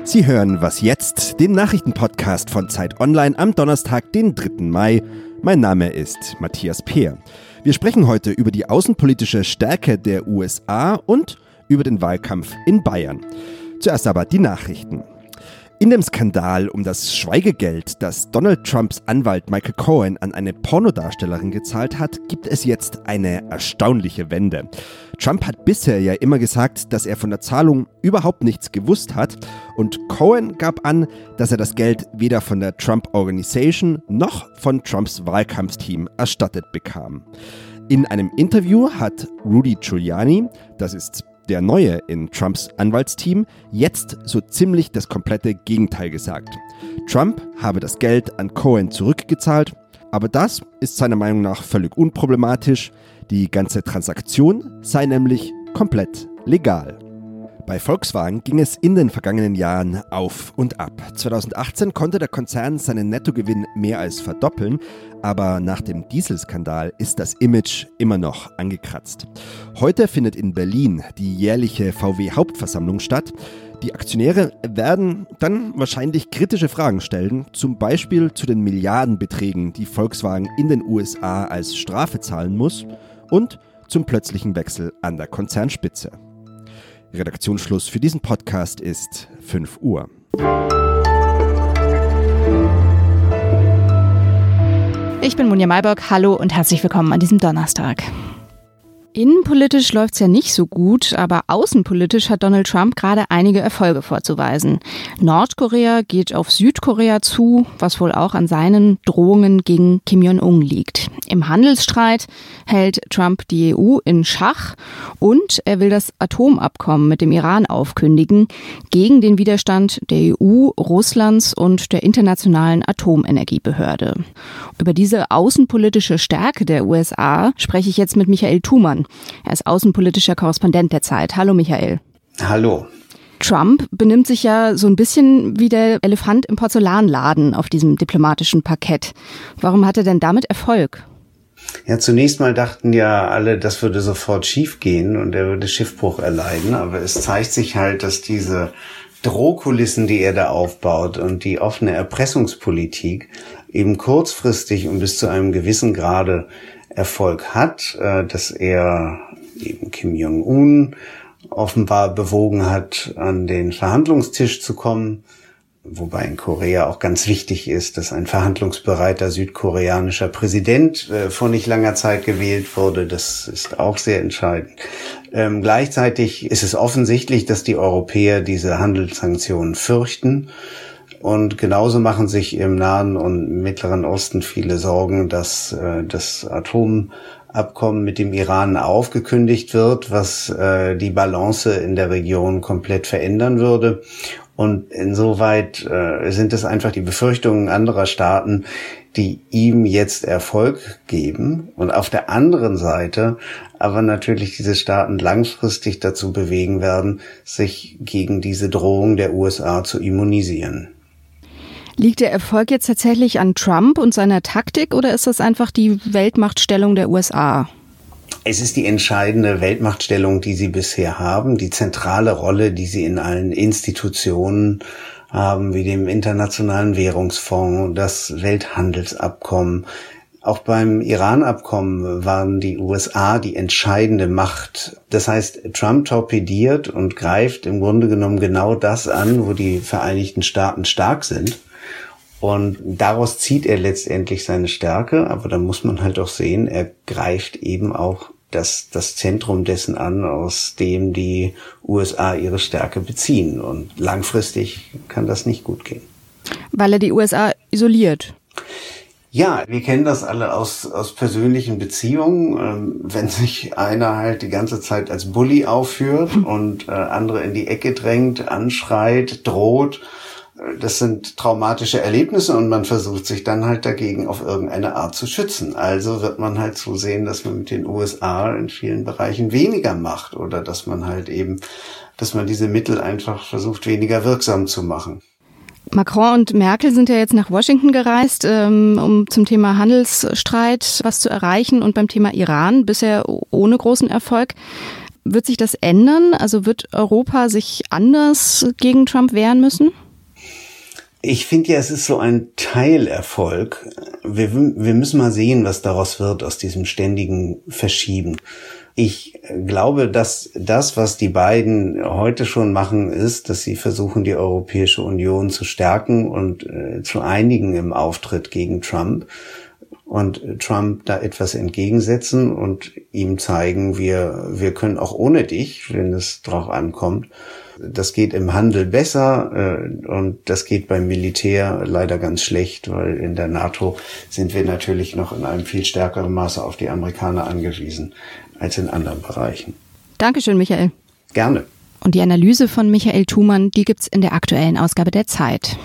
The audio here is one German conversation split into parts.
Sie hören Was jetzt?, den Nachrichtenpodcast von Zeit Online am Donnerstag, den 3. Mai. Mein Name ist Matthias Peer. Wir sprechen heute über die außenpolitische Stärke der USA und über den Wahlkampf in Bayern. Zuerst aber die Nachrichten. In dem Skandal um das Schweigegeld, das Donald Trumps Anwalt Michael Cohen an eine Pornodarstellerin gezahlt hat, gibt es jetzt eine erstaunliche Wende. Trump hat bisher ja immer gesagt, dass er von der Zahlung überhaupt nichts gewusst hat, und Cohen gab an, dass er das Geld weder von der Trump Organization noch von Trumps Wahlkampfteam erstattet bekam. In einem Interview hat Rudy Giuliani, das ist der Neue in Trumps Anwaltsteam, jetzt so ziemlich das komplette Gegenteil gesagt. Trump habe das Geld an Cohen zurückgezahlt, aber das ist seiner Meinung nach völlig unproblematisch. Die ganze Transaktion sei nämlich komplett legal. Bei Volkswagen ging es in den vergangenen Jahren auf und ab. 2018 konnte der Konzern seinen Nettogewinn mehr als verdoppeln, aber nach dem Dieselskandal ist das Image immer noch angekratzt. Heute findet in Berlin die jährliche VW-Hauptversammlung statt. Die Aktionäre werden dann wahrscheinlich kritische Fragen stellen, zum Beispiel zu den Milliardenbeträgen, die Volkswagen in den USA als Strafe zahlen muss, und zum plötzlichen Wechsel an der Konzernspitze. Redaktionsschluss für diesen Podcast ist 5 Uhr. Ich bin Monja Malborg, hallo und herzlich willkommen an diesem Donnerstag. Innenpolitisch läuft's ja nicht so gut, aber außenpolitisch hat Donald Trump gerade einige Erfolge vorzuweisen. Nordkorea geht auf Südkorea zu, was wohl auch an seinen Drohungen gegen Kim Jong-un liegt. Im Handelsstreit hält Trump die EU in Schach und er will das Atomabkommen mit dem Iran aufkündigen, gegen den Widerstand der EU, Russlands und der Internationalen Atomenergiebehörde. Über diese außenpolitische Stärke der USA spreche ich jetzt mit Michael Thumann. Er ist außenpolitischer Korrespondent der Zeit. Hallo Michael. Hallo. Trump benimmt sich ja so ein bisschen wie der Elefant im Porzellanladen auf diesem diplomatischen Parkett. Warum hat er denn damit Erfolg? Ja, zunächst mal dachten ja alle, das würde sofort schiefgehen und er würde Schiffbruch erleiden. Aber es zeigt sich halt, dass diese Drohkulissen, die er da aufbaut und die offene Erpressungspolitik eben kurzfristig und bis zu einem gewissen Grade Erfolg hat, dass er eben Kim Jong-un offenbar bewogen hat, an den Verhandlungstisch zu kommen, wobei in Korea auch ganz wichtig ist, dass ein verhandlungsbereiter südkoreanischer Präsident vor nicht langer Zeit gewählt wurde. Das ist auch sehr entscheidend. Gleichzeitig ist es offensichtlich, dass die Europäer diese Handelssanktionen fürchten. Und genauso machen sich im Nahen und Mittleren Osten viele Sorgen, dass das Atomabkommen mit dem Iran aufgekündigt wird, was die Balance in der Region komplett verändern würde. Und insoweit sind es einfach die Befürchtungen anderer Staaten, die ihm jetzt Erfolg geben. Und auf der anderen Seite aber natürlich diese Staaten langfristig dazu bewegen werden, sich gegen diese Drohung der USA zu immunisieren. Liegt der Erfolg jetzt tatsächlich an Trump und seiner Taktik oder ist das einfach die Weltmachtstellung der USA? Es ist die entscheidende Weltmachtstellung, die sie bisher haben, die zentrale Rolle, die sie in allen Institutionen haben, wie dem Internationalen Währungsfonds, das Welthandelsabkommen. Auch beim Iran-Abkommen waren die USA die entscheidende Macht. Das heißt, Trump torpediert und greift im Grunde genommen genau das an, wo die Vereinigten Staaten stark sind. Und daraus zieht er letztendlich seine Stärke, aber da muss man halt auch sehen, er greift eben auch das Zentrum dessen an, aus dem die USA ihre Stärke beziehen. Und langfristig kann das nicht gut gehen. Weil er die USA isoliert. Ja, wir kennen das alle aus persönlichen Beziehungen. Wenn sich einer halt die ganze Zeit als Bully aufführt und andere in die Ecke drängt, anschreit, droht, das sind traumatische Erlebnisse und man versucht sich dann halt dagegen auf irgendeine Art zu schützen. Also wird man halt zusehen, dass man mit den USA in vielen Bereichen weniger macht oder dass man diese Mittel einfach versucht, weniger wirksam zu machen. Macron und Merkel sind ja jetzt nach Washington gereist, um zum Thema Handelsstreit was zu erreichen und beim Thema Iran bisher ohne großen Erfolg. Wird sich das ändern? Also wird Europa sich anders gegen Trump wehren müssen? Ich finde ja, es ist so ein Teilerfolg. Wir müssen mal sehen, was daraus wird aus diesem ständigen Verschieben. Ich glaube, dass das, was die beiden heute schon machen, ist, dass sie versuchen, die Europäische Union zu stärken und zu einigen im Auftritt gegen Trump. Und Trump da etwas entgegensetzen und ihm zeigen, wir können auch ohne dich, wenn es drauf ankommt. Das geht im Handel besser und das geht beim Militär leider ganz schlecht, weil in der NATO sind wir natürlich noch in einem viel stärkeren Maße auf die Amerikaner angewiesen als in anderen Bereichen. Dankeschön, Michael. Gerne. Und die Analyse von Michael Thumann, die gibt's in der aktuellen Ausgabe der Zeit.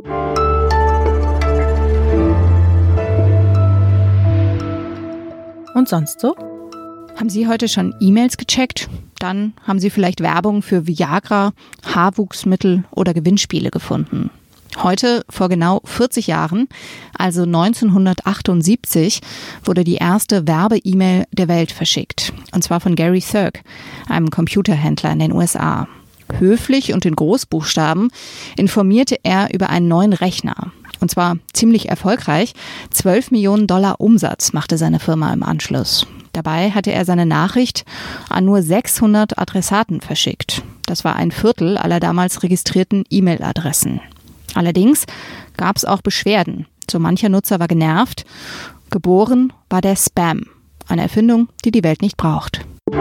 Und sonst so? Haben Sie heute schon E-Mails gecheckt? Dann haben Sie vielleicht Werbung für Viagra, Haarwuchsmittel oder Gewinnspiele gefunden. Heute, vor genau 40 Jahren, also 1978, wurde die erste Werbe-E-Mail der Welt verschickt. Und zwar von Gary Thurk, einem Computerhändler in den USA. Höflich und in Großbuchstaben informierte er über einen neuen Rechner. Und zwar ziemlich erfolgreich. $12 Millionen Umsatz machte seine Firma im Anschluss. Dabei hatte er seine Nachricht an nur 600 Adressaten verschickt. Das war ein Viertel aller damals registrierten E-Mail-Adressen. Allerdings gab es auch Beschwerden. So mancher Nutzer war genervt. Geboren war der Spam. Eine Erfindung, die die Welt nicht braucht.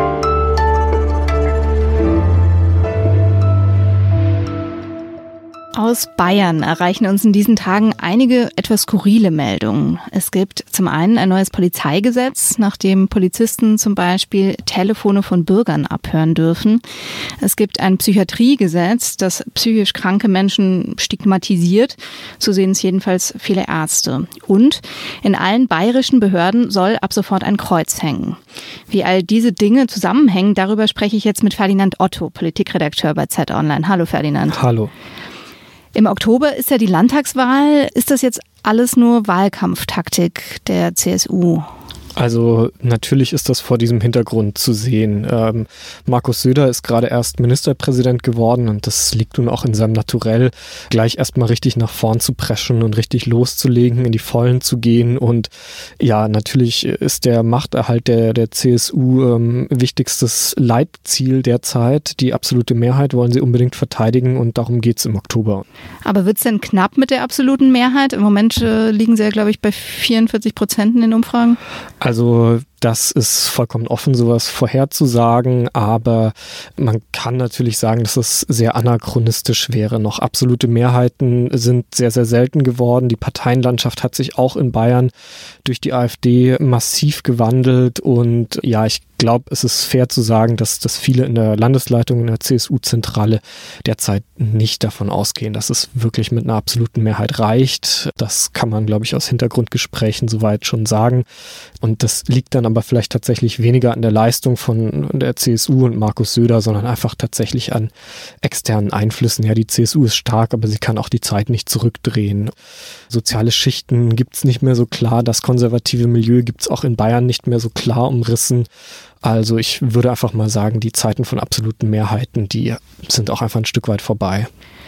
Aus Bayern erreichen uns in diesen Tagen einige etwas skurrile Meldungen. Es gibt zum einen ein neues Polizeigesetz, nach dem Polizisten zum Beispiel Telefone von Bürgern abhören dürfen. Es gibt ein Psychiatriegesetz, das psychisch kranke Menschen stigmatisiert. So sehen es jedenfalls viele Ärzte. Und in allen bayerischen Behörden soll ab sofort ein Kreuz hängen. Wie all diese Dinge zusammenhängen, darüber spreche ich jetzt mit Ferdinand Otto, Politikredakteur bei Zeit Online. Hallo Ferdinand. Hallo. Im Oktober ist ja die Landtagswahl. Ist das jetzt alles nur Wahlkampftaktik der CSU? Also natürlich ist das vor diesem Hintergrund zu sehen. Markus Söder ist gerade erst Ministerpräsident geworden und das liegt nun auch in seinem Naturell, gleich erstmal richtig nach vorn zu preschen und richtig loszulegen, in die Vollen zu gehen. Und ja, natürlich ist der Machterhalt der CSU wichtigstes Leitziel derzeit. Die absolute Mehrheit wollen sie unbedingt verteidigen und darum geht es im Oktober. Aber wird es denn knapp mit der absoluten Mehrheit? Im Moment liegen sie ja, glaube ich, bei 44% in den Umfragen. Also das ist vollkommen offen, sowas vorherzusagen, aber man kann natürlich sagen, dass es sehr anachronistisch wäre. Noch absolute Mehrheiten sind sehr, sehr selten geworden. Die Parteienlandschaft hat sich auch in Bayern durch die AfD massiv gewandelt und ja, ich glaube, es ist fair zu sagen, dass viele in der Landesleitung, in der CSU-Zentrale derzeit nicht davon ausgehen, dass es wirklich mit einer absoluten Mehrheit reicht. Das kann man, glaube ich, aus Hintergrundgesprächen soweit schon sagen. Und das liegt dann aber vielleicht tatsächlich weniger an der Leistung von der CSU und Markus Söder, sondern einfach tatsächlich an externen Einflüssen. Ja, die CSU ist stark, aber sie kann auch die Zeit nicht zurückdrehen. Soziale Schichten gibt es nicht mehr so klar. Das konservative Milieu gibt es auch in Bayern nicht mehr so klar umrissen. Also ich würde einfach mal sagen, die Zeiten von absoluten Mehrheiten, die sind auch einfach ein Stück weit vorbei.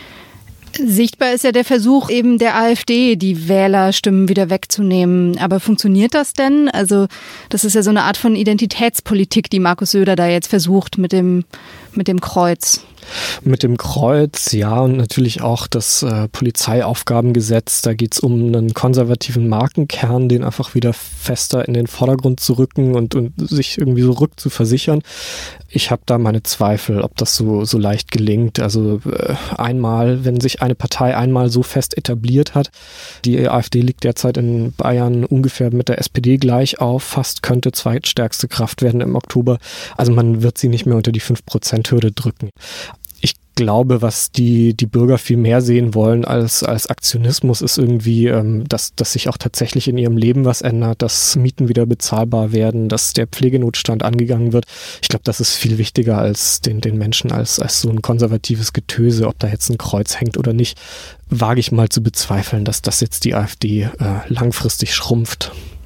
Sichtbar ist ja der Versuch eben der AfD, die Wählerstimmen wieder wegzunehmen. Aber funktioniert das denn? Also das ist ja so eine Art von Identitätspolitik, die Markus Söder da jetzt versucht mit dem Kreuz. Mit dem Kreuz, ja, und natürlich auch das Polizeiaufgabengesetz. Da geht es um einen konservativen Markenkern, den einfach wieder fester in den Vordergrund zu rücken und sich irgendwie so rückzuversichern. Ich habe da meine Zweifel, ob das so leicht gelingt. Also einmal, wenn sich eine Partei einmal so fest etabliert hat, die AfD liegt derzeit in Bayern ungefähr mit der SPD gleich auf, fast könnte zweitstärkste Kraft werden im Oktober. Also man wird sie nicht mehr unter die 5%-Hürde drücken. Ich glaube, was die Bürger viel mehr sehen wollen als Aktionismus, ist irgendwie, dass sich auch tatsächlich in ihrem Leben was ändert, dass Mieten wieder bezahlbar werden, dass der Pflegenotstand angegangen wird. Ich glaube, das ist viel wichtiger als den Menschen als so ein konservatives Getöse, ob da jetzt ein Kreuz hängt oder nicht, wage ich mal zu bezweifeln, dass das jetzt die AfD langfristig schrumpft.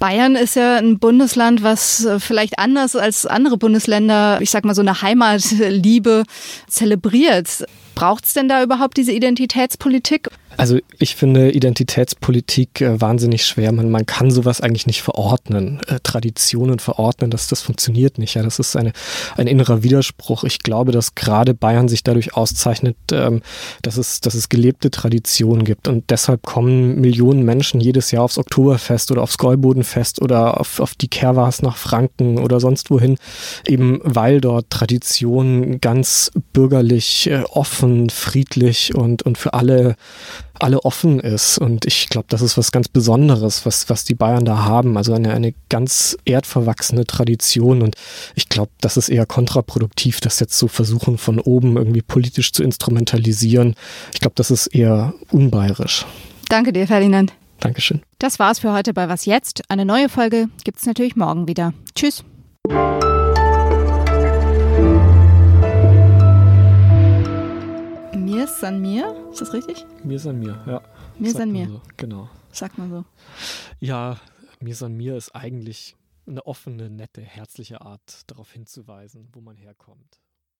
Bayern ist ja ein Bundesland, was vielleicht anders als andere Bundesländer, ich sag mal, so eine Heimatliebe zelebriert. Braucht es denn da überhaupt diese Identitätspolitik? Also ich finde Identitätspolitik wahnsinnig schwer. Man kann sowas eigentlich nicht verordnen. Traditionen verordnen, das funktioniert nicht. Ja, das ist ein innerer Widerspruch. Ich glaube, dass gerade Bayern sich dadurch auszeichnet, dass es gelebte Traditionen gibt. Und deshalb kommen Millionen Menschen jedes Jahr aufs Oktoberfest oder aufs Gäubodenfest oder auf die Kehrwas nach Franken oder sonst wohin, eben weil dort Tradition ganz bürgerlich, offen, friedlich und für alle offen ist. Und ich glaube, das ist was ganz Besonderes, was die Bayern da haben. Also eine ganz erdverwachsene Tradition. Und ich glaube, das ist eher kontraproduktiv, das jetzt zu versuchen, von oben irgendwie politisch zu instrumentalisieren. Ich glaube, das ist eher unbayerisch. Danke dir, Ferdinand. Dankeschön. Das war's für heute bei Was Jetzt? Eine neue Folge gibt's natürlich morgen wieder. Tschüss. Mir ist an mir? Ist das richtig? Mir ist an mir, ja. Mir ist an mir. So. Genau. Sagt man so. Ja, mir ist an mir ist eigentlich eine offene, nette, herzliche Art, darauf hinzuweisen, wo man herkommt.